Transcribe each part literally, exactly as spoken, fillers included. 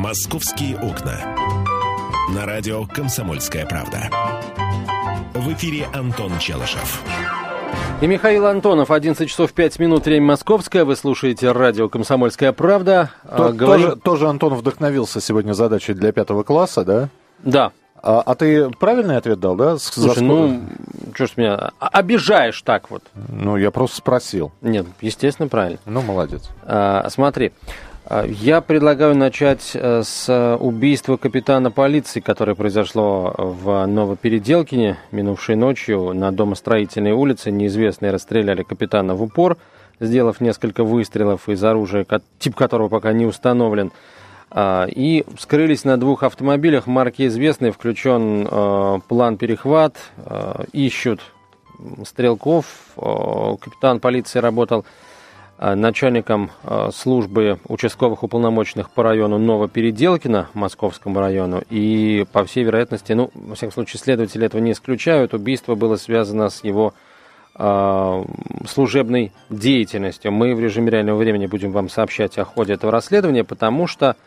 «Московские окна». На радио «Комсомольская правда». В эфире Антон Челышев. И Михаил Антонов, одиннадцать часов пять минут, время московское. Вы слушаете радио «Комсомольская правда». То, Говорим... тоже, тоже Антон вдохновился сегодня задачей для пятого класса, да? Да. А, а ты правильный ответ дал, да? Слушай, ну, что ж меня обижаешь так вот? Ну, я просто спросил. Нет, естественно, правильно. Ну, молодец. А, смотри, я предлагаю начать с убийства капитана полиции, которое произошло в Новопеределкине минувшей ночью на Домостроительной улице. Неизвестные расстреляли капитана в упор, сделав несколько выстрелов из оружия, тип которого пока не установлен. И скрылись на двух автомобилях, марки известные, включен э, план перехват, э, ищут стрелков. Э, капитан полиции работал э, начальником э, службы участковых уполномоченных по району Новопеределкино, Московскому району, и, по всей вероятности, ну, во всяком случае, следователи этого не исключают, убийство было связано с его э, служебной деятельностью. Мы в режиме реального времени будем вам сообщать о ходе этого расследования, потому что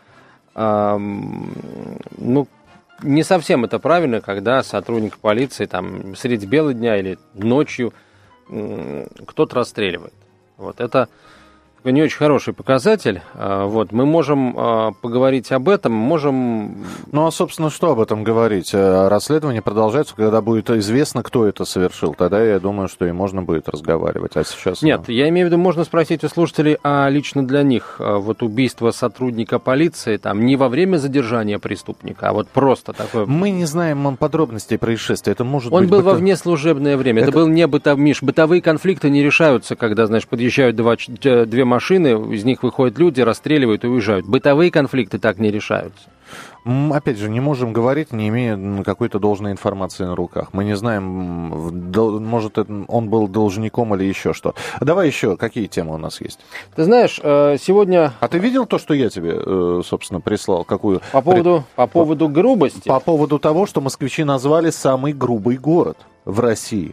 ну, не совсем это правильно, когда сотрудник полиции там средь бела дня или ночью кто-то расстреливает. Вот это не очень хороший показатель. Вот, мы можем поговорить об этом, можем... Ну, а, собственно, что об этом говорить? Расследование продолжается, когда будет известно, кто это совершил. Тогда я думаю, что и можно будет разговаривать. А сейчас... Нет, ну... я имею в виду, можно спросить у слушателей, а лично для них вот убийство сотрудника полиции, там, не во время задержания преступника, а вот просто такое... Мы не знаем подробностей происшествия. Это может Он быть... был быто... во внеслужебное время. Это, это был не бытов... Миш, бытовые конфликты не решаются, когда, знаешь, подъезжают два... две машины, из них выходят люди, расстреливают и уезжают. Бытовые конфликты так не решаются. Опять же, не можем говорить, не имея какой-то должной информации на руках. Мы не знаем, может, он был должником или еще что. Давай еще, какие темы у нас есть? Ты знаешь, сегодня... А ты видел то, что я тебе, собственно, прислал? Какую... По поводу, по поводу грубости? По поводу того, что москвичи назвали самый грубый город в России.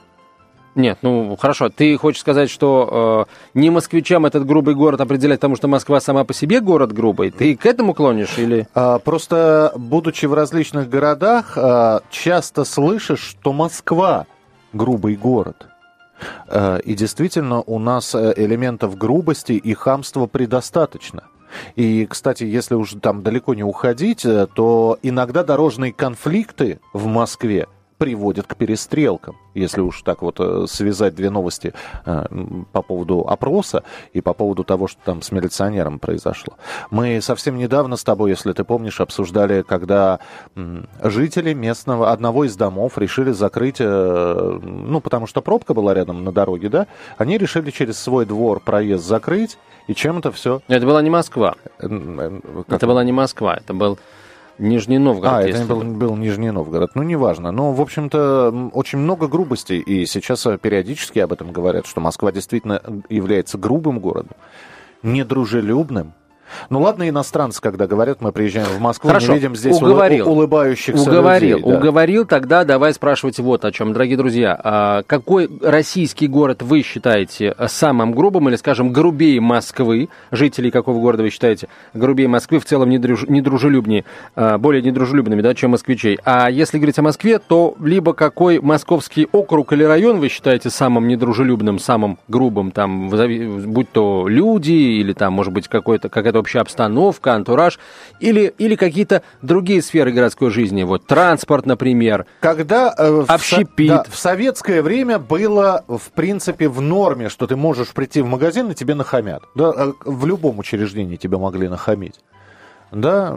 Нет, ну хорошо, ты хочешь сказать, что э, не москвичам этот грубый город определять, потому что Москва сама по себе город грубый? Ты к этому клонишь или? А, просто, будучи в различных городах, а, часто слышишь, что Москва грубый город. А, и действительно, у нас элементов грубости и хамства предостаточно. И, кстати, если уж там далеко не уходить, то иногда дорожные конфликты в Москве приводит к перестрелкам, если уж так вот связать две новости э, по поводу опроса и по поводу того, что там с милиционером произошло. Мы совсем недавно с тобой, если ты помнишь, обсуждали, когда м, жители местного, одного из домов решили закрыть, э, ну, потому что пробка была рядом на дороге, да, они решили через свой двор проезд закрыть, и чем это все... Это была не Москва. Как... Это была не Москва, это был... Нижний Новгород. А, это был, был Нижний Новгород. Ну, неважно. Но, в общем-то, очень много грубостей. И сейчас периодически об этом говорят, что Москва действительно является грубым городом, недружелюбным. Ну, ладно, иностранцы, когда говорят, мы приезжаем в Москву, Хорошо, не видим здесь уговорил. улыбающихся уговорил, людей. Да. Уговорил, тогда давай спрашивать вот о чем. Дорогие друзья, какой российский город вы считаете самым грубым, или, скажем, грубее Москвы? Жителей какого города вы считаете грубее Москвы, в целом недружелюбнее, более недружелюбными, да, чем москвичей? А если говорить о Москве, то либо какой московский округ или район вы считаете самым недружелюбным, самым грубым, там, будь то люди, или там, может быть, какой-то, какая-то общая обстановка, антураж, или, или какие-то другие сферы городской жизни, вот транспорт, например, когда э, общепит. В, да, в советское время было, в принципе, в норме, что ты можешь прийти в магазин и тебе нахамят. Да, в любом учреждении тебе могли нахамить. Да,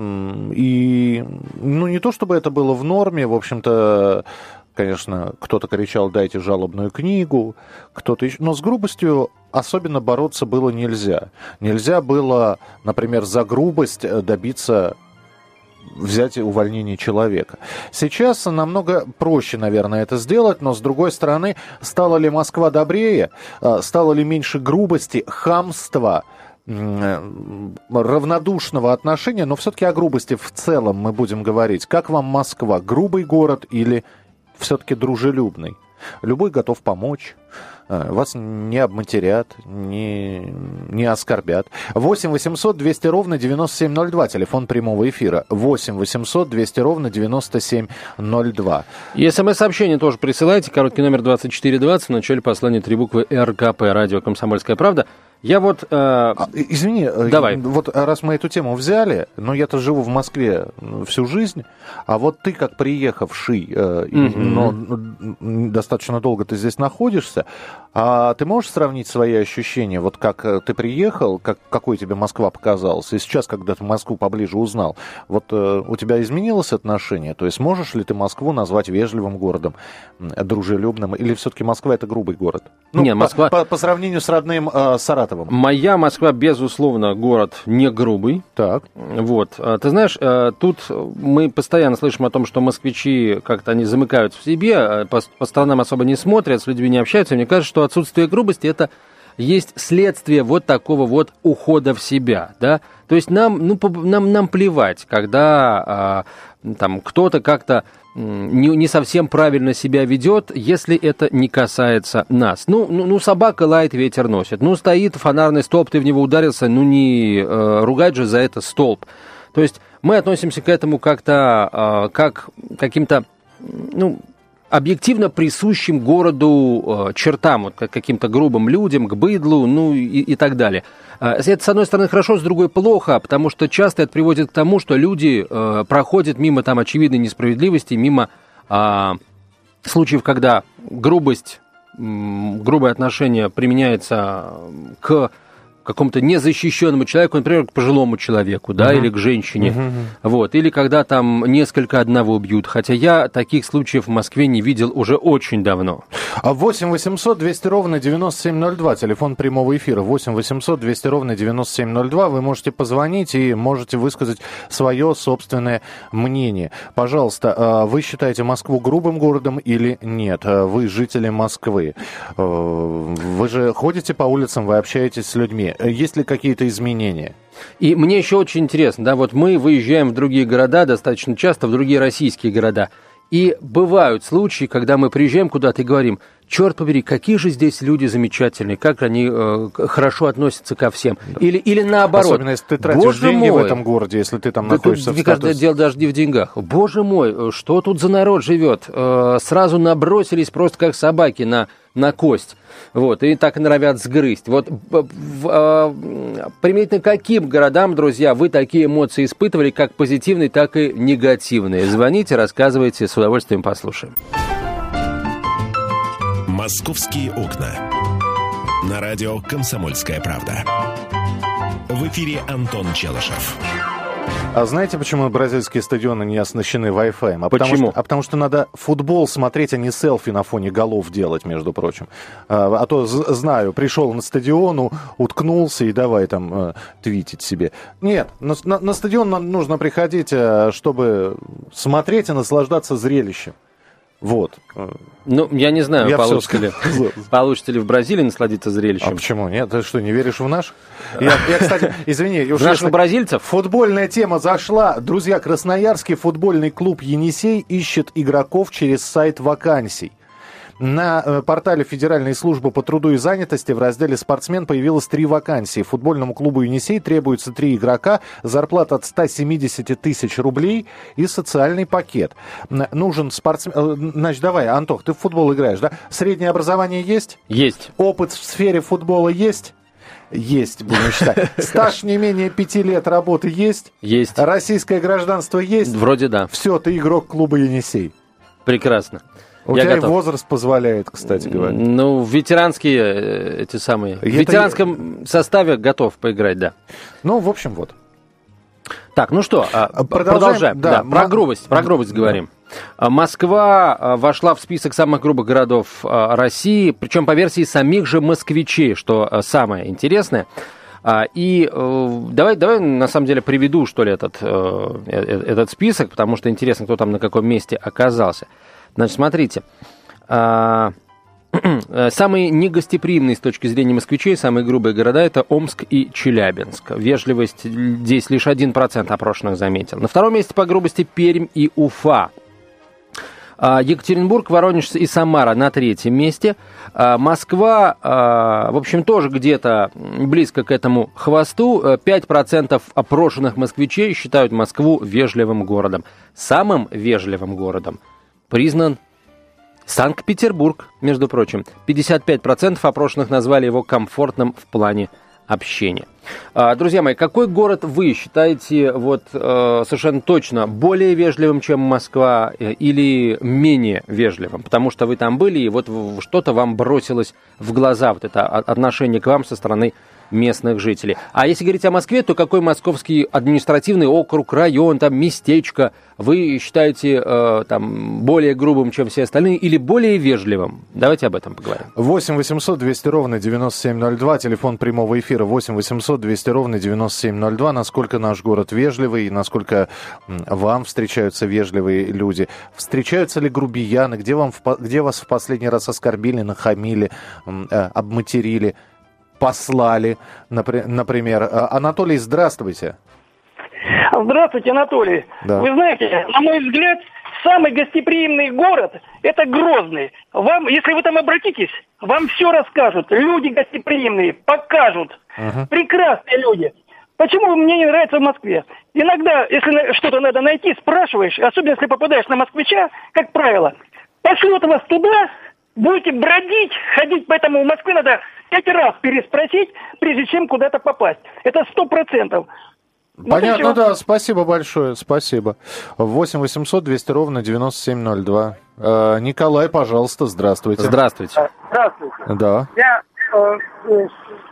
и, ну, не то чтобы это было в норме, в общем-то, конечно, кто-то кричал: дайте жалобную книгу, кто-то еще, но с грубостью особенно бороться было нельзя. Нельзя было, например, за грубость добиться, взять увольнение человека. Сейчас намного проще, наверное, это сделать, но, с другой стороны, стала ли Москва добрее, стало ли меньше грубости, хамства, равнодушного отношения, но все-таки о грубости в целом мы будем говорить. Как вам Москва? Грубый город или все-таки дружелюбный? Любой готов помочь. Вас не обматерят, не, не оскорбят. восемь восемьсот двести ровно девяносто семь ноль два, телефон прямого эфира. восемь восемьсот двести ровно девяносто семь ноль два. И смс-сообщение тоже присылайте. Короткий номер двадцать четыре двадцать. В начале послания три буквы эр ка пэ. Радио «Комсомольская правда». Я вот... Э... А, извини, Давай. Вот раз мы эту тему взяли, но я-то живу в Москве всю жизнь, а вот ты как приехавший, э, mm-hmm. но достаточно долго ты здесь находишься, а ты можешь сравнить свои ощущения, вот как ты приехал, как, какой тебе Москва показалась, и сейчас, когда ты Москву поближе узнал, вот э, у тебя изменилось отношение? То есть можешь ли ты Москву назвать вежливым городом, дружелюбным, или все-таки Москва это грубый город? Ну, Не, Москва... по, по, по сравнению с родным э, Саратовым. Моя Москва, безусловно, город не грубый. Так. Вот. Ты знаешь, тут мы постоянно слышим о том, что москвичи как-то они замыкаются в себе, по, по сторонам особо не смотрят, с людьми не общаются. Мне кажется, что отсутствие грубости – это есть следствие вот такого вот ухода в себя, да. То есть нам, ну, нам, нам плевать, когда там кто-то как-то Не, не совсем правильно себя ведет, если это не касается нас. Ну, ну, ну, собака лает, ветер носит. Ну, стоит фонарный столб, ты в него ударился, ну, не э, ругать же за это столб. То есть мы относимся к этому как-то, э, как к каким-то, ну, объективно присущим городу э, чертам, вот, к каким-то грубым людям, к быдлу, ну, и, и так далее. Это, с одной стороны, хорошо, с другой плохо, потому что часто это приводит к тому, что люди э, проходят мимо там очевидной несправедливости, мимо э, случаев, когда грубость, э, грубое отношение применяется к какому-то незащищенному человеку, например, к пожилому человеку, да, uh-huh. или к женщине, uh-huh. вот, или когда там несколько одного убьют, хотя я таких случаев в Москве не видел уже очень давно. восемь восемьсот двести ровно девяносто семь ноль два, телефон прямого эфира, восемь восемьсот двести ровно девяносто семь ноль два, вы можете позвонить и можете высказать свое собственное мнение. Пожалуйста, вы считаете Москву грубым городом или нет? Вы жители Москвы, вы же ходите по улицам, вы общаетесь с людьми. Есть ли какие-то изменения? И мне еще очень интересно, да, вот мы выезжаем в другие города достаточно часто, в другие российские города. И бывают случаи, когда мы приезжаем куда-то и говорим: черт побери, какие же здесь люди замечательные, как они э, хорошо относятся ко всем. Или, или наоборот. Особенно, если ты тратишь Боже деньги мой, в этом городе, если ты там да, находишься тут, в статусе. Мне кажется, дело даже не в деньгах. Боже мой, что тут за народ живет? Э, сразу набросились просто как собаки на, на кость. Вот, и так и норовят сгрызть. Вот в, э, применительно каким городам, друзья, вы такие эмоции испытывали, как позитивные, так и негативные? Звоните, рассказывайте, с удовольствием послушаем. «Московские окна». На радио «Комсомольская правда». В эфире Антон Челышев. А знаете, почему бразильские стадионы не оснащены Wi-Fi? А потому Почему? Что, а потому что надо футбол смотреть, а не селфи на фоне голов делать, между прочим. А, а то, з- знаю, пришел на стадион, уткнулся и давай там э, твитить себе. Нет, на, на, на стадион нужно приходить, чтобы смотреть и наслаждаться зрелищем. Вот. Ну, я не знаю, Я получится ли, получится ли в Бразилии насладиться зрелищем. А почему нет? Ты что, не веришь в наш? Я, я кстати, извини. В наших бразильцев? Футбольная тема зашла. Друзья, Красноярский футбольный клуб «Енисей» ищет игроков через сайт вакансий. На портале Федеральной службы по труду и занятости в разделе «Спортсмен» появилось три вакансии. Футбольному клубу «Енисей» требуется три игрока, зарплата от ста семидесяти тысяч рублей и социальный пакет. Нужен спортсмен... Значит, давай, Антох, ты в футбол играешь, да? Среднее образование есть? Есть. Опыт в сфере футбола есть? Есть, будем считать. Стаж не менее пяти лет работы есть? Есть. Российское гражданство есть? Вроде да. Все, ты игрок клуба «Енисей». Прекрасно. У Я тебя готов. И возраст позволяет, кстати говоря. Ну, в ветеранские эти самые... В Это ветеранском составе готов поиграть, да. Ну, в общем, вот. Так, ну что, Продолжаем. продолжаем. Да, Да, м- про грубость, про грубость да. говорим. Москва вошла в список самых грубых городов России, причем по версии самих же москвичей, что самое интересное. И давай, давай на самом деле приведу, что ли, этот, этот список, потому что интересно, кто там на каком месте оказался. Значит, смотрите, самые негостеприимные с точки зрения москвичей, самые грубые города – это Омск и Челябинск. Вежливость здесь лишь один процент опрошенных заметил. На втором месте по грубости Пермь и Уфа. Екатеринбург, Воронеж и Самара на третьем месте. Москва, в общем, тоже где-то близко к этому хвосту. пять процентов опрошенных москвичей считают Москву вежливым городом. Самым вежливым городом признан Санкт-Петербург, между прочим. пятьдесят пять процентов опрошенных назвали его комфортным в плане общения. Друзья мои, какой город вы считаете вот, совершенно точно более вежливым, чем Москва, или менее вежливым? Потому что вы там были, и вот что-то вам бросилось в глаза, вот это отношение к вам со стороны местных жителей. А если говорить о Москве, то какой московский административный округ, район, там местечко вы считаете э, там, более грубым, чем все остальные, или более вежливым? Давайте об этом поговорим. восемь восемьсот двести ровно девяносто семь ноль два, телефон прямого эфира восемь восемьсот двести ровно девяносто семь ноль два. Насколько наш город вежливый, насколько вам встречаются вежливые люди? Встречаются ли грубияны? Где, вам, где вас в последний раз оскорбили, нахамили, э, обматерили? Послали, например. Анатолий, здравствуйте. Здравствуйте, Анатолий. Да. Вы знаете, на мой взгляд, самый гостеприимный город – это Грозный. Вам, если вы там обратитесь, вам все расскажут. Люди гостеприимные, покажут. Uh-huh. Прекрасные люди. Почему мне не нравится в Москве? Иногда, если что-то надо найти, спрашиваешь, особенно если попадаешь на москвича, как правило, пошлют вас туда, будете бродить, ходить, поэтому в Москве надо пять раз переспросить, прежде чем куда-то попасть. Это сто процентов. Понятно, вот да, спасибо большое, спасибо. восемь восемьсот двести ровно девяносто семь ноль два. Э, Николай, пожалуйста, здравствуйте. Здравствуйте. Здравствуйте. Да. Я э, э,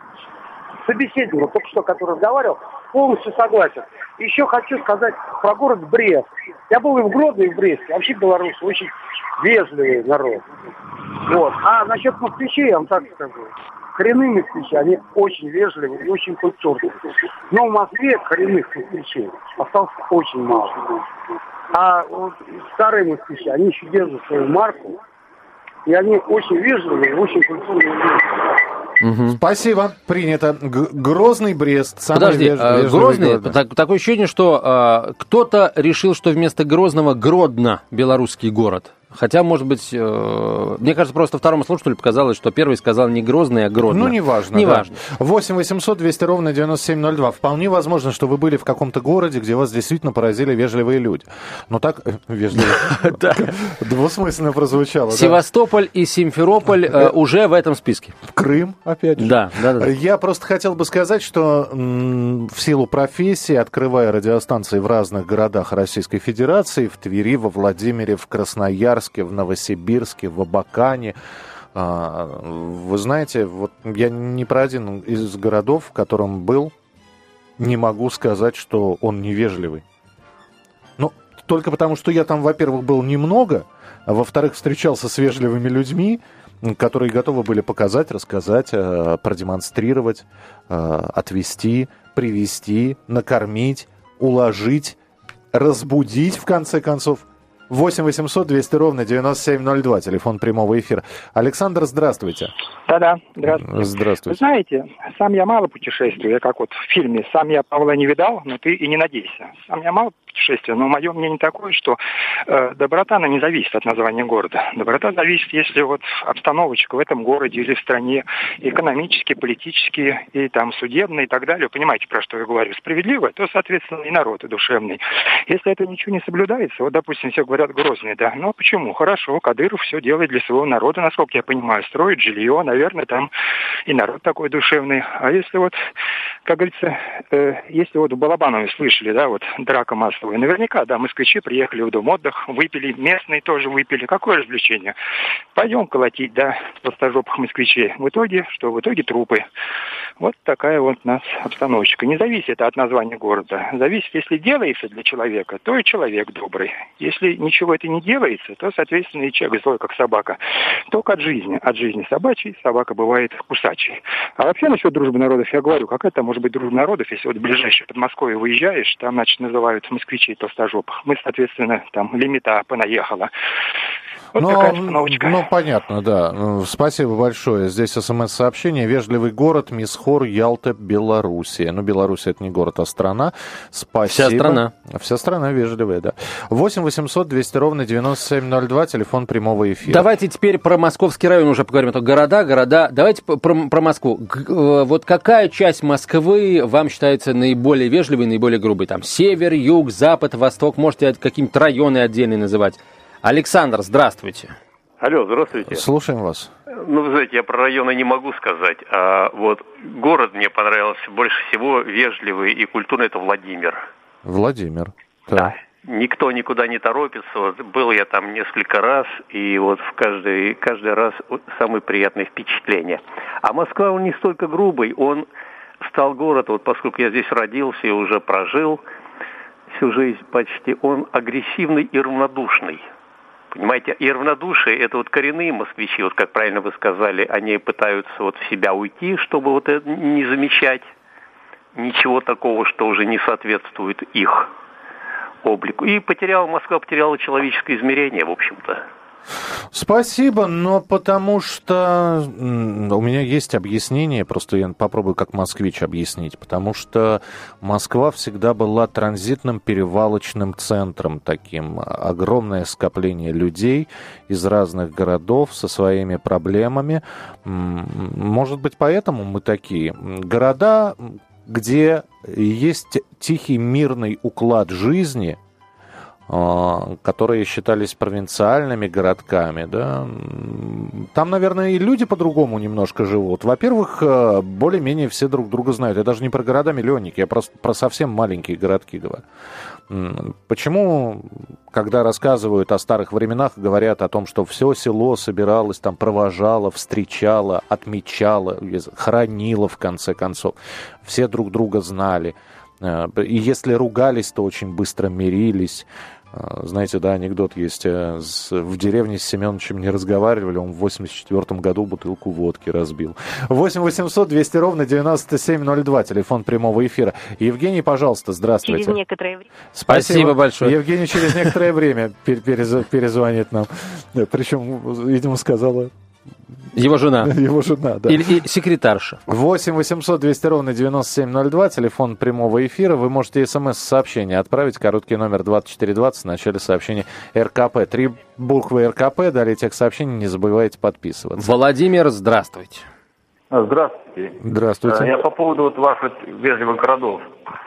собеседник, только что, который разговаривал, полностью согласен. Еще хочу сказать про город Брест. Я был и в Гродно, и в Бресте. Вообще белорусы очень вежливый народ. Вот. А насчет москвичей, я вам так скажу. Коренные москвичи, они очень вежливые и очень культурные. Но в Москве коренных москвичей осталось очень мало. А вот старые москвичи, они еще держат свою марку. И они очень вежливые и очень культурные люди. Угу. Спасибо, принято. Г- Грозный Брест. Самый Подожди, веж- а, Грозный, так, такое ощущение, что а, кто-то решил, что вместо Грозного Гродно белорусский город. Хотя, может быть, э, мне кажется, просто второму слушателю показалось, что первый сказал не Грозный, а Гродно. Ну, неважно. Неважно. Да. восемь восемьсот двести ровно девяносто семь ноль два. Вполне возможно, что вы были в каком-то городе, где вас действительно поразили вежливые люди. Но так вежливо. Двусмысленно прозвучало. Севастополь и Симферополь уже в этом списке. Крым, опять же. Да, да, да. Я просто хотел бы сказать, что м, в силу профессии, открывая радиостанции в разных городах Российской Федерации, в Твери, во Владимире, в Красноярске, в Новосибирске, в Абакане. Вы знаете, вот я не про один из городов, в котором был, не могу сказать, что он невежливый. Ну, только потому, что я там, во-первых, был немного, а во-вторых, встречался с вежливыми людьми, которые готовы были показать, рассказать, продемонстрировать, отвезти, привезти, накормить, уложить, разбудить, в конце концов. восемь восемьсот двести ровно девяносто семь ноль два, телефон прямого эфира. Александр, здравствуйте. Да-да, здравствуйте. Здравствуйте. Вы знаете, сам я мало путешествую, я как вот в фильме «Сам я Павла не видал, но ты и не надейся». Сам я мало путешествую, но мое мнение такое, что э, доброта, она не зависит от названия города. Доброта зависит, если вот обстановочка в этом городе или в стране, экономически, политически, и там судебно и так далее, понимаете, про что я говорю, справедливо, то, соответственно, и народ, и душевный. Если это ничего не соблюдается, вот, допустим, все говорят Грозный, да, ну почему? Хорошо, Кадыров все делает для своего народа, насколько я понимаю, строит жилье, наверное, там и народ такой душевный. А если вот, как говорится, э, если вот в Балабанове слышали, да, вот драка массовая, наверняка, да, москвичи приехали в дом отдыха, выпили, местные тоже выпили. Какое развлечение? Пойдем колотить, да, толстожопых москвичей. В итоге, что? В итоге трупы. Вот такая вот у нас обстановочка. Не зависит от названия города. Зависит, если делается для человека, то и человек добрый. Если ничего это не делается, то, соответственно, и человек злой, как собака. Только от жизни. От жизни собачьей собака бывает кусачей. А вообще насчет дружбы народов, я говорю, какая это может быть дружба народов, если вот в ближайшее Подмосковье выезжаешь, там, значит, называют москвичей толстожопых. Мы, соответственно, там, лимита понаехала. Вот но, такая остановочка. Ну, понятно, да. Спасибо большое. Здесь смс-сообщение. Вежливый город, Мисхор, Ялта, Белоруссия. Ну, Белоруссия — это не город, а страна. Спасибо. Вся страна. Вся страна вежливая, да. восемь восемьсот двести ровно девяносто семь ноль два, телефон прямого эфира. Давайте теперь про Московский район уже поговорим. Это города, города. Давайте про, про Москву. Вот какая часть Москвы вам считается наиболее вежливой, наиболее грубой? Там север, юг, запад, восток. Можете какие-нибудь районы отдельные называть. Александр, здравствуйте. Алло, здравствуйте. Слушаем вас. Ну, вы знаете, я про районы не могу сказать, а вот город мне понравился больше всего вежливый и культурный — это Владимир. Владимир. Да. да. Никто никуда не торопится. Вот был я там несколько раз, и вот в каждый, каждый раз самые приятные впечатления. А Москва, он не столько грубый, он стал город, вот поскольку я здесь родился и уже прожил всю жизнь почти, он агрессивный и равнодушный. Понимаете, и равнодушие — это вот коренные москвичи, вот как правильно вы сказали, они пытаются вот в себя уйти, чтобы вот это не замечать ничего такого, что уже не соответствует их облику. И потеряла, Москва потеряла человеческое измерение, в общем-то. Спасибо, но потому что у меня есть объяснение, просто я попробую как москвич объяснить, потому что Москва всегда была транзитным перевалочным центром таким, огромное скопление людей из разных городов со своими проблемами. Может быть, поэтому мы такие. Города, где есть тихий мирный уклад жизни, которые считались провинциальными городками, да, там, наверное, и люди по-другому немножко живут. Во-первых, более-менее все друг друга знают. Я даже не про города-миллионники, я просто про совсем маленькие городки говорю. Почему, когда рассказывают о старых временах, говорят о том, что все село собиралось, там, провожало, встречало, отмечало, хоронило, в конце концов. Все друг друга знали. И если ругались, то очень быстро мирились. Знаете, да, анекдот есть. В деревне с Семеновичем не разговаривали, он в восемьдесят четвёртом году бутылку водки разбил. восемь восемьсот двести ровно девяносто семь ноль два, телефон прямого эфира. Евгений, пожалуйста, здравствуйте. Через некоторое время. Спасибо, Спасибо большое. Евгений через некоторое время перезвонит нам. Причем, видимо, сказала... Его жена. Его жена, да. Или и секретарша. восемь восемьсот двести ровно девяносто семь ноль два, телефон прямого эфира. Вы можете смс-сообщение отправить, короткий номер двадцать четыре двадцать, в начале сообщения РКП. Три буквы РКП, далее текст сообщения, не забывайте подписываться. Владимир, здравствуйте. Здравствуйте. Здравствуйте. Я по поводу вот ваших вежливых городов.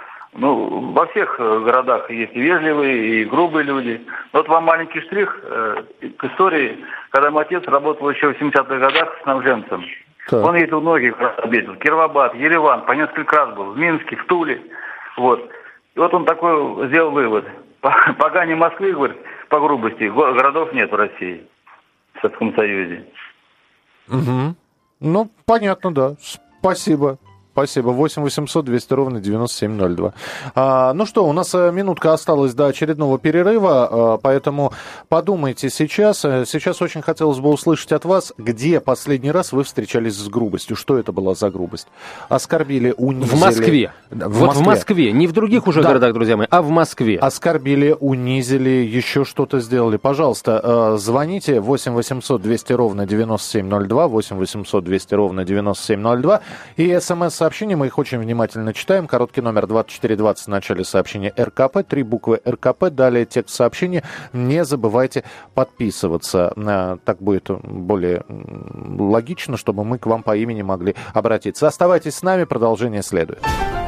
Ну, во всех городах есть и вежливые, и грубые люди. Вот вам маленький штрих э, к истории, когда мой отец работал еще в семидесятых годах снабженцем. Так. Он ездил многих объездил. Кировоград, Ереван, по несколько раз был, в Минске, в Туле. Вот. И вот он такой сделал вывод. По, погане Москвы, говорит, по грубости, городов нет в России, в Советском Союзе. Угу. Ну, понятно, да. Спасибо. Спасибо. восемь восемьсот двести ровно девяносто семь ноль два. А, ну что, у нас минутка осталась до очередного перерыва, а, поэтому подумайте сейчас. Сейчас очень хотелось бы услышать от вас, где последний раз вы встречались с грубостью. Что это была за грубость? Оскорбили, унизили... В Москве. В вот Москве. В Москве. Не в других уже да. городах, друзья мои, а в Москве. Оскорбили, унизили, еще что-то сделали. Пожалуйста, звоните восемь восемьсот двести ровно девяносто семь ноль два, восемь восемьсот двести ровно девяносто семь ноль два и смс-сообщение. Мы их очень внимательно читаем. Короткий номер двадцать четыре двадцать в начале сообщения РКП. Три буквы РКП. Далее текст сообщения. Не забывайте подписываться. Так будет более логично, чтобы мы к вам по имени могли обратиться. Оставайтесь с нами. Продолжение следует.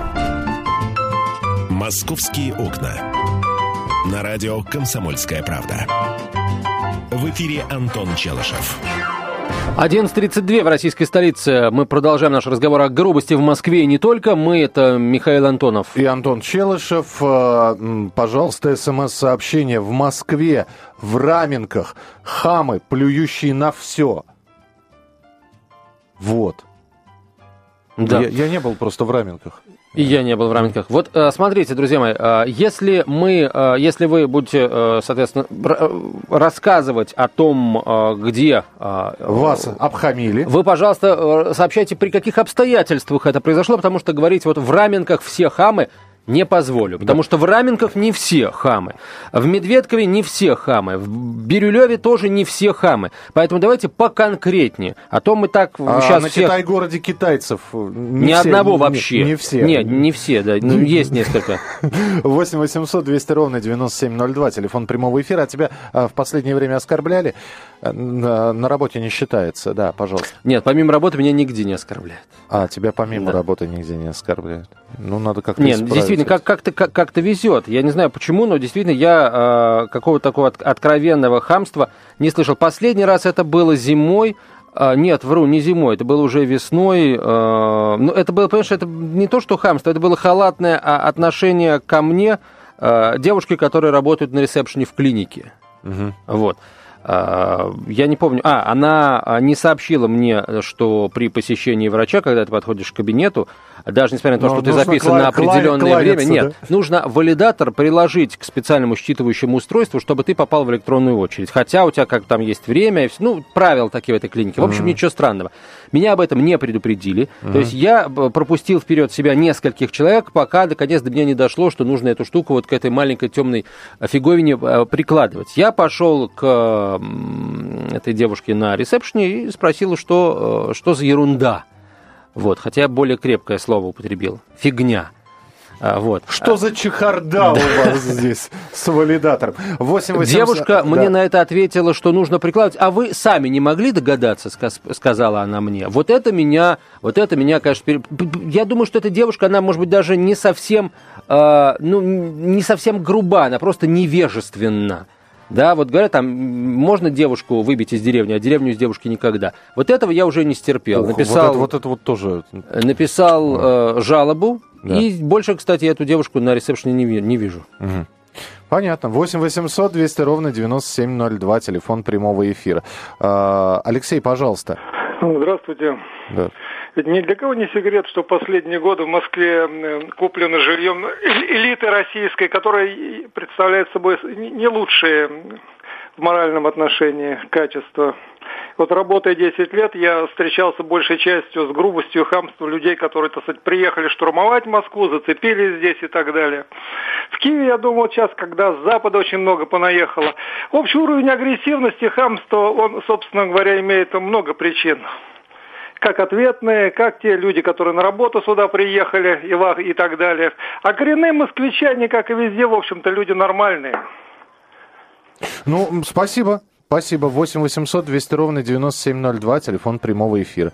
«Московские окна». На радио «Комсомольская правда». В эфире Антон Челышев. одиннадцать тридцать два в российской столице. Мы продолжаем наш разговор о грубости в Москве и не только. Мы — это Михаил Антонов. И Антон Челышев. Пожалуйста, смс-сообщение. В Москве, в Раменках, хамы, плюющие на все. Вот. Да. Я, я не был просто в Раменках. И я не был в Раменках. Вот смотрите, друзья мои, если мы, если вы будете, соответственно, рассказывать о том, где вас обхамили, вы, пожалуйста, сообщайте, при каких обстоятельствах это произошло, потому что говорить вот в Раменках все хамы Не позволю, потому да. что в Раменках не все хамы, в Медведкове не все хамы, в Бирюлеве тоже не все хамы. Поэтому давайте поконкретнее. А то мы так а сейчас на всех... Китай-городе китайцев не Ни все, одного не, вообще. Не все. Нет, не все, да. Ну, есть несколько. восемь восемьсот двести ровно девяносто семь ноль два, телефон прямого эфира. А тебя а, в последнее время оскорбляли? На, на работе не считается, да, пожалуйста. Нет, помимо работы меня нигде не оскорбляют. А, тебя помимо да. работы нигде не оскорбляют. Ну, надо как-то Нет, действительно, как- как-то, как- как-то везет. Я не знаю почему, но действительно я э, какого-то такого от- откровенного хамства не слышал. Последний раз это было зимой. А, нет, вру, не зимой, это было уже весной. А, ну, это было, понимаешь, это не то, что хамство, это было халатное отношение ко мне а, девушки, которые работают на ресепшене в клинике. Угу. Вот. А, я не помню. А, она не сообщила мне, что при посещении врача, когда ты подходишь к кабинету, даже несмотря на то, Но что ты записан кла- на определенное кла- время, нет, да? нужно валидатор приложить к специальному считывающему устройству, чтобы ты попал в электронную очередь. Хотя у тебя как там есть время, ну, правила такие в этой клинике. В общем, mm-hmm. ничего странного. Меня об этом не предупредили. Mm-hmm. То есть я пропустил вперед себя нескольких человек, пока наконец до меня не дошло, что нужно эту штуку вот к этой маленькой темной фиговине прикладывать. Я пошел к этой девушке на ресепшене и спросил, что, что за ерунда. Вот, хотя я более крепкое слово употребил. Фигня. А, вот. Что за чехарда у вас здесь с валидатором? восемь восемьсот... Девушка мне на это ответила, что нужно прикладывать. А вы сами не могли догадаться, сказала она мне. Вот это меня, вот это меня, конечно... Я думаю, что эта девушка, она, может быть, даже не совсем, э, ну, не совсем груба, она просто невежественна. Да, вот говорят, там можно девушку выбить из деревни, а деревню из девушки никогда. Вот этого я уже не стерпел. Ох, написал, вот, это, вот это вот тоже... Написал э, жалобу, да. И больше, кстати, эту девушку на ресепшене не, не вижу. Угу. Понятно. восемь восемьсот двести ровно девяносто семь ноль два, телефон прямого эфира. Э, Алексей, пожалуйста. Здравствуйте. Да. Ведь ни для кого не секрет, что последние годы в Москве куплено жильем элиты российской, которая представляет собой не лучшее в моральном отношении качество. Вот работая десять лет, я встречался большей частью с грубостью и хамством людей, которые, так сказать, приехали штурмовать Москву, зацепились здесь и так далее. В Киеве, я думал, сейчас, когда с Запада очень много понаехало, общий уровень агрессивности, хамства, он, собственно говоря, имеет много причин. Как ответные, как те люди, которые на работу сюда приехали и, и так далее. А коренные москвичи, они, как и везде, в общем-то, люди нормальные. Ну, спасибо. Спасибо. восемь восемьсот двести ровно девяносто семь ноль два, телефон прямого эфира.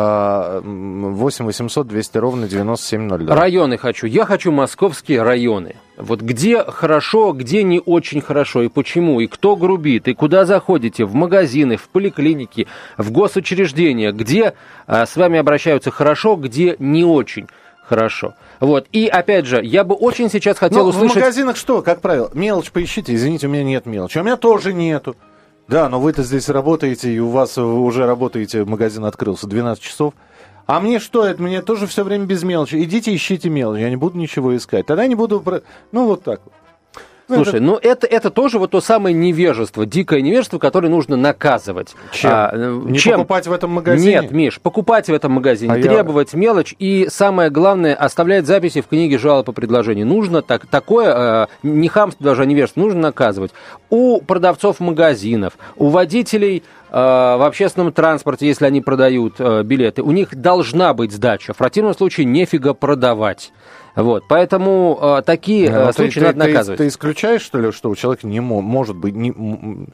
восемь восемьсот двести ровно девяносто семь ноль два. Районы хочу. Я хочу московские районы. Вот где хорошо, где не очень хорошо, и почему, и кто грубит, и куда заходите, в магазины, в поликлиники, в госучреждения, где а, с вами обращаются хорошо, где не очень хорошо. Вот. И, опять же, я бы очень сейчас хотел Но услышать... в магазинах что, как правило? Мелочь поищите. Извините, у меня нет мелочи. У меня тоже нету. Да, но вы-то здесь работаете, и у вас уже работаете, магазин открылся двенадцать часов. А мне что, это мне тоже все время без мелочи. Идите, ищите мелочь, я не буду ничего искать. Тогда не буду... Ну, вот так вот. Слушай, это... ну это, это тоже вот то самое невежество, дикое невежество, которое нужно наказывать. Чем? А, не чем? Покупать в этом магазине? Нет, Миш, покупать в этом магазине, а требовать я... мелочь и, самое главное, оставлять записи в книге жалоб по предложению. Нужно так, такое, э, не хамство даже, а невежество, нужно наказывать. У продавцов магазинов, у водителей э, в общественном транспорте, если они продают э, билеты, у них должна быть сдача. В противном случае нефига продавать. Вот, поэтому э, такие э, случаи ты, надо ты, наказывать. Ты, ты исключаешь, что ли, что у человека не мо- может быть, не, м-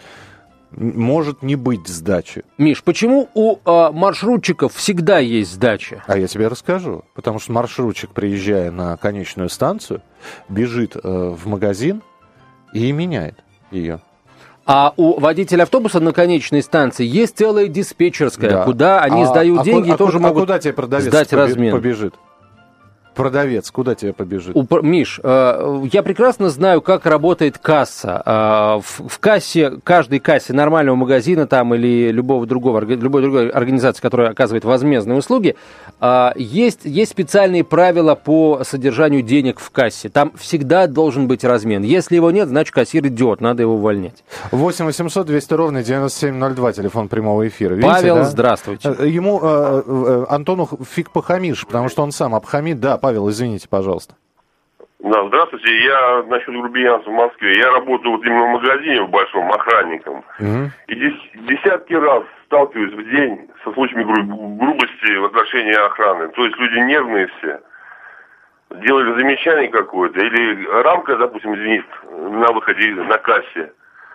может не быть сдачи? Миш, почему у э, маршрутчиков всегда есть сдача? А я тебе расскажу. Потому что маршрутчик, приезжая на конечную станцию, бежит э, в магазин и меняет ее. А у водителя автобуса на конечной станции есть целая диспетчерская, да. Куда они а, сдают а, деньги а, и тоже а могут куда тебе продавец сдать побе- размен. побежит? Продавец, куда тебе побежит? У, Миш, э, я прекрасно знаю, как работает касса. Э, в, в кассе, каждой кассе нормального магазина там, или любого другого, любой другой организации, которая оказывает возмездные услуги, э, есть, есть специальные правила по содержанию денег в кассе. Там всегда должен быть размен. Если его нет, значит кассир идиот, надо его увольнять. восемь восемьсот двести ровно девяносто семь ноль два, телефон прямого эфира. Видите, Павел, да? Здравствуйте. Ему, э, Антону, фиг похамишь, потому что он сам обхамит. Да, Павел, извините, пожалуйста. Да, здравствуйте. Я насчет грубиянства в Москве. Я работаю вот именно в магазине в большом охранником. Угу. И дес- десятки раз сталкиваюсь в день со случаями гру- грубости в отношении охраны. То есть люди нервные все. Делали замечание какое-то. Или рамка, допустим, звенит на выходе на кассе.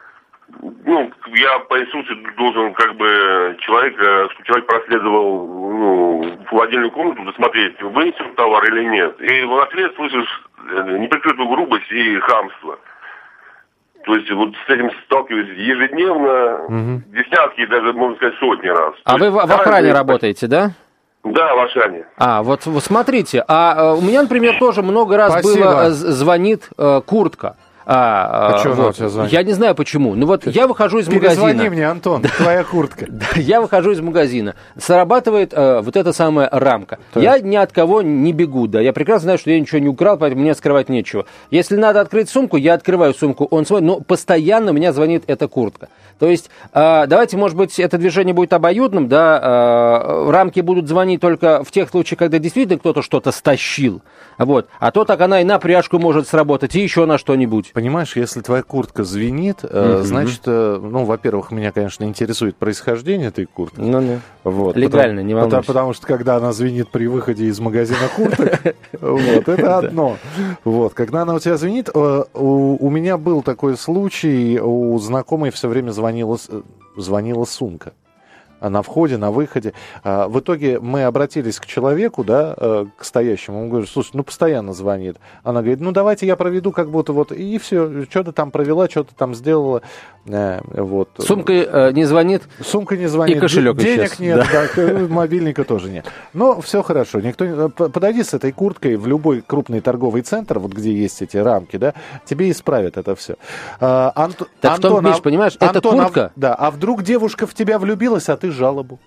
Ну, я по инструкции должен как бы человека, чтобы человек проследовал ну, в холодильную комнату, посмотреть, вынесен товар или нет. И в ответ слышишь неприкрытую грубость и хамство. То есть вот с этим сталкиваюсь ежедневно, угу. десятки, даже, можно сказать, сотни раз. А То вы есть, в охране да, работаете, да? Да, в Ашане. А, вот, вот смотрите, а у меня, например, тоже много раз Спасибо. было, звонит э, куртка. А, а, вот. Я не знаю почему. Ну вот Ты я выхожу из перезвони магазина. Перезвони мне, Антон, твоя куртка. Я выхожу из магазина. Срабатывает э, вот эта самая рамка. Так. Я ни от кого не бегу, да. Я прекрасно знаю, что я ничего не украл, поэтому мне скрывать нечего. Если надо открыть сумку, я открываю сумку. Он звонит, но постоянно у меня звонит эта куртка. То есть, э, давайте, может быть, это движение будет обоюдным, да. Э, рамки будут звонить только в тех случаях, когда действительно кто-то что-то стащил. Вот. А то так она и на пряжку может сработать, и еще на что-нибудь. Понимаешь, если твоя куртка звенит, mm-hmm. значит, ну, во-первых, меня, конечно, интересует происхождение этой куртки. Ну, ну. Вот, легально, потому, не волнуйся. Потому, потому что, когда она звенит при выходе из магазина курток, вот, это одно. Вот, когда она у тебя звенит, у меня был такой случай, у знакомой все время звонила сумка. На входе, на выходе. В итоге мы обратились к человеку, да, к стоящему. Он говорит, слушай, ну постоянно звонит. Она говорит, ну давайте я проведу как будто вот, и все, что-то там провела, что-то там сделала. Вот. Сумка э, не звонит. Сумка не звонит. И кошелек Денег исчез. нет, да. Да, мобильника тоже нет. Но все хорошо. Никто... Подойди с этой курткой в любой крупный торговый центр, вот где есть эти рамки, да, тебе исправят это все. А, Ант... Так Антон, в том, Миш, а... понимаешь, Антон, это куртка. А... Да, а вдруг девушка в тебя влюбилась, а ты жалобу?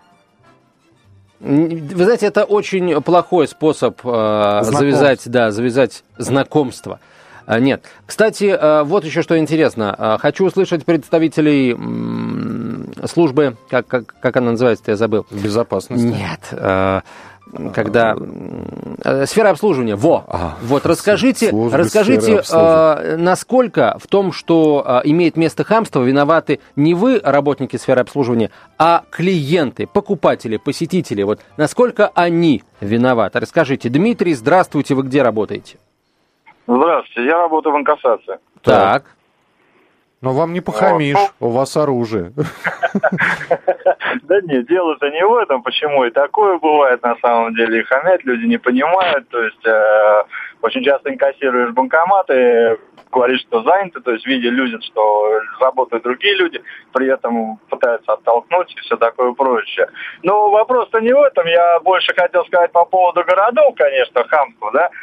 Вы знаете, это очень плохой способ э, завязать, да, завязать знакомство. А, нет. Кстати, э, вот еще что интересно. Хочу услышать представителей м- службы, как, как, как она называется, я забыл. Безопасности. Нет. Э, когда э, сфера обслуживания. Во. А, вот расскажите, расскажите, э, насколько в том, что э, имеет место хамство, виноваты не вы, работники сферы обслуживания, а клиенты, покупатели, посетители. Вот насколько они виноваты? Расскажите. Дмитрий, здравствуйте. Вы где работаете? Здравствуйте. Я работаю в инкассации. Так. Но вам не похамишь, у вас оружие. Да нет, дело-то не в этом, почему и такое бывает на самом деле, и хамят, люди не понимают, то есть э, очень часто инкассируешь банкоматы, говоришь, что заняты, то есть видя люди, что работают другие люди, при этом пытаются оттолкнуть и все такое прочее. Но вопрос-то не в этом, я больше хотел сказать по поводу городов, конечно, хамство, да.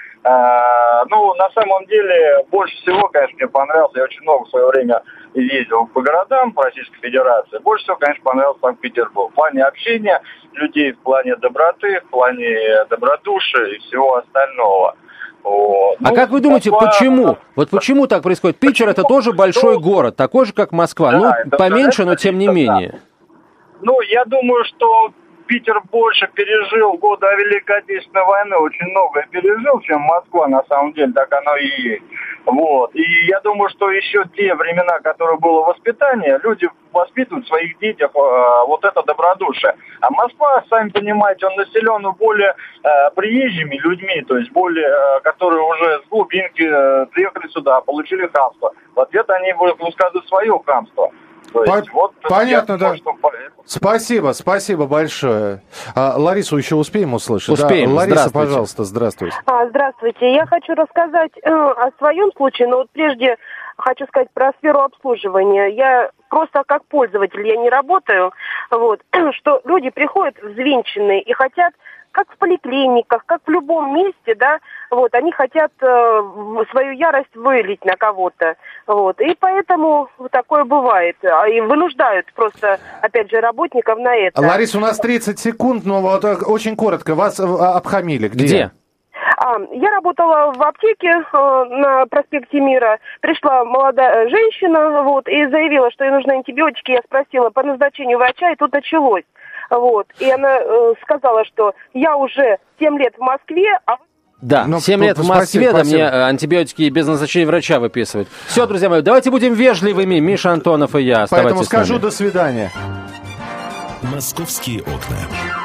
А, ну, на самом деле, больше всего, конечно, мне понравился, я очень много в свое время ездил по городам по Российской Федерации, больше всего, конечно, понравился Санкт-Петербург в плане общения людей, в плане доброты, в плане добродушия и всего остального. Вот. А ну, как вы думаете, Москва... почему? Вот почему так происходит? Питер почему? Это тоже большой что? город, такой же, как Москва, да, ну, поменьше, но тем не менее. Да. Ну, я думаю, что Питер больше пережил годы Великой Отечественной войны, очень многое пережил, чем Москва, на самом деле, так оно и есть. Вот. И я думаю, что еще те времена, которые было воспитание, люди воспитывают в своих детях э, вот это добродушие. А Москва, сами понимаете, он населен более э, приезжими людьми, то есть более, э, которые уже с глубинки э, приехали сюда, получили хамство. В ответ они высказывают свое хамство. По- есть, вот, понятно, да. Думаю, спасибо, спасибо большое. А, Ларису еще успеем услышать? Успеем. Да, Лариса, пожалуйста, здравствуйте. А, здравствуйте. Я хочу рассказать э, о своем случае, но вот прежде хочу сказать про сферу обслуживания. Я просто как пользователь, я не работаю, вот, что люди приходят взвинченные и хотят, как в поликлиниках, как в любом месте, да, вот, они хотят э, свою ярость вылить на кого-то, вот, и поэтому такое бывает, и вынуждают просто, опять же, работников на это. Лариса, у нас тридцать секунд, но вот очень коротко, вас обхамили, где? Где? А, я работала в аптеке э, на проспекте Мира. Пришла молодая женщина, вот, и заявила, что ей нужны антибиотики. Я спросила по назначению врача, и тут началось. Вот. И она э, сказала, что я уже семь лет в Москве, а Да, ну, семь лет в Москве, да, мне антибиотики без назначения врача выписывают. Все, друзья мои, давайте будем вежливыми, Миша Антонов и я. Поэтому скажу до свидания. «Московские окна».